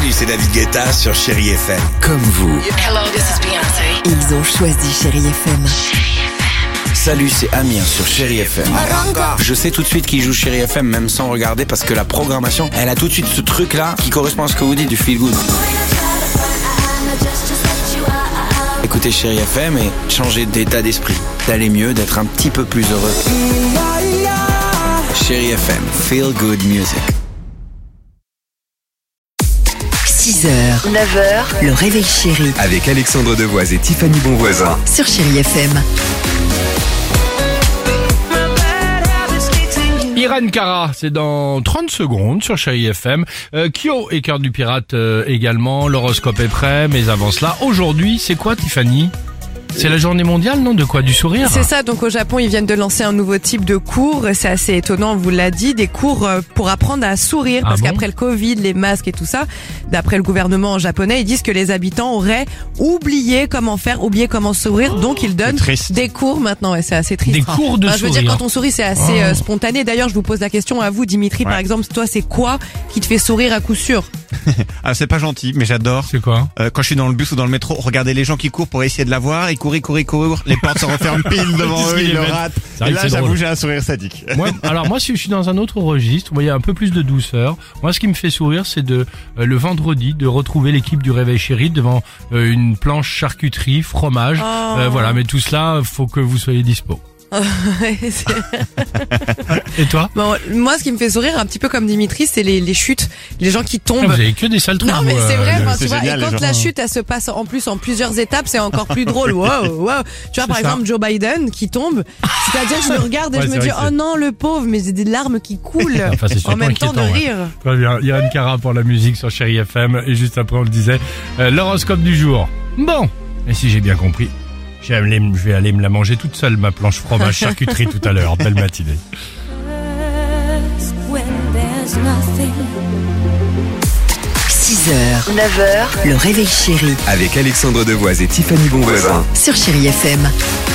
Salut, c'est David Guetta sur Chérie FM. Comme vous. Hello, this is Beyoncé. Ils ont choisi Chérie FM. Salut, c'est Amir sur Chérie FM. Je sais tout de suite qui joue Chérie FM, même sans regarder, parce que la programmation, elle a tout de suite ce truc-là qui correspond à ce que vous dites du feel good. Écoutez Chérie FM et changez d'état d'esprit, d'aller mieux, d'être un petit peu plus heureux. Chérie FM, feel good music. 6h, 9h, le réveil chéri Avec Alexandre Devoise et Tiffany Bonvoisin. sur Chérie FM. Irène Cara, c'est dans 30 secondes sur Chérie FM. Kyo et Cœur du Pirate également. L'horoscope est prêt, mais avant cela, aujourd'hui, c'est quoi Tiffany ? C'est la journée mondiale, non ? De quoi ? Du sourire ? C'est ça, donc au Japon, ils viennent de lancer un nouveau type de cours. C'est assez étonnant, on vous l'a dit, des cours pour apprendre à sourire. Parce qu'après le Covid, les masques et tout ça, d'après le gouvernement japonais, ils disent que les habitants auraient oublié comment sourire. Donc ils donnent des cours maintenant. Ouais, c'est assez triste. Des cours de je veux sourire. dire, quand on sourit, c'est assez spontané. D'ailleurs, je vous pose la question à vous, Dimitri, par exemple. Toi, c'est quoi qui te fait sourire à coup sûr ? Ah, c'est pas gentil, mais j'adore. C'est quoi ? Quand je suis dans le bus ou dans le métro, regarder les gens qui courent pour essayer de la voir, et courir, les portes se referment pile devant eux, ils le ratent. C'est vrai Et que là, c'est j'avoue, drôle. j'ai un sourire sadique. Moi, si je suis dans un autre registre, où il y a un peu plus de douceur. Moi, ce qui me fait sourire, c'est le vendredi, de retrouver l'équipe du Réveil Chéri devant une planche charcuterie, fromage. Voilà, mais tout cela, faut que vous soyez dispo. Et toi ? Bon, moi, ce qui me fait sourire, un petit peu comme Dimitri, c'est les chutes, les gens qui tombent. Vous avez que des sales trucs. Non mais c'est vrai, enfin, c'est tu vois, génial, et quand les gens. la chute elle se passe en plus en plusieurs étapes, c'est encore plus drôle. Wow. Tu vois par ça. exemple Joe Biden qui tombe, c'est-à-dire que je le regarde et Ouais, je c'est me dis vrai que oh non le pauvre, mais j'ai des larmes qui coulent Enfin, c'est surtout en même temps de inquiétant, ouais. rire. Très bien, Irène Cara pour la musique sur Chérie FM. Et juste après, on le disait, l'horoscope du jour. Bon, et si j'ai bien compris, je vais aller me la manger toute seule, ma planche fromage charcuterie tout à l'heure. Belle matinée. When there's nothing. 6h, 9h, le réveil chéri Avec Alexandre Devoise et Tiffany Bonvoisin. sur Chérie FM.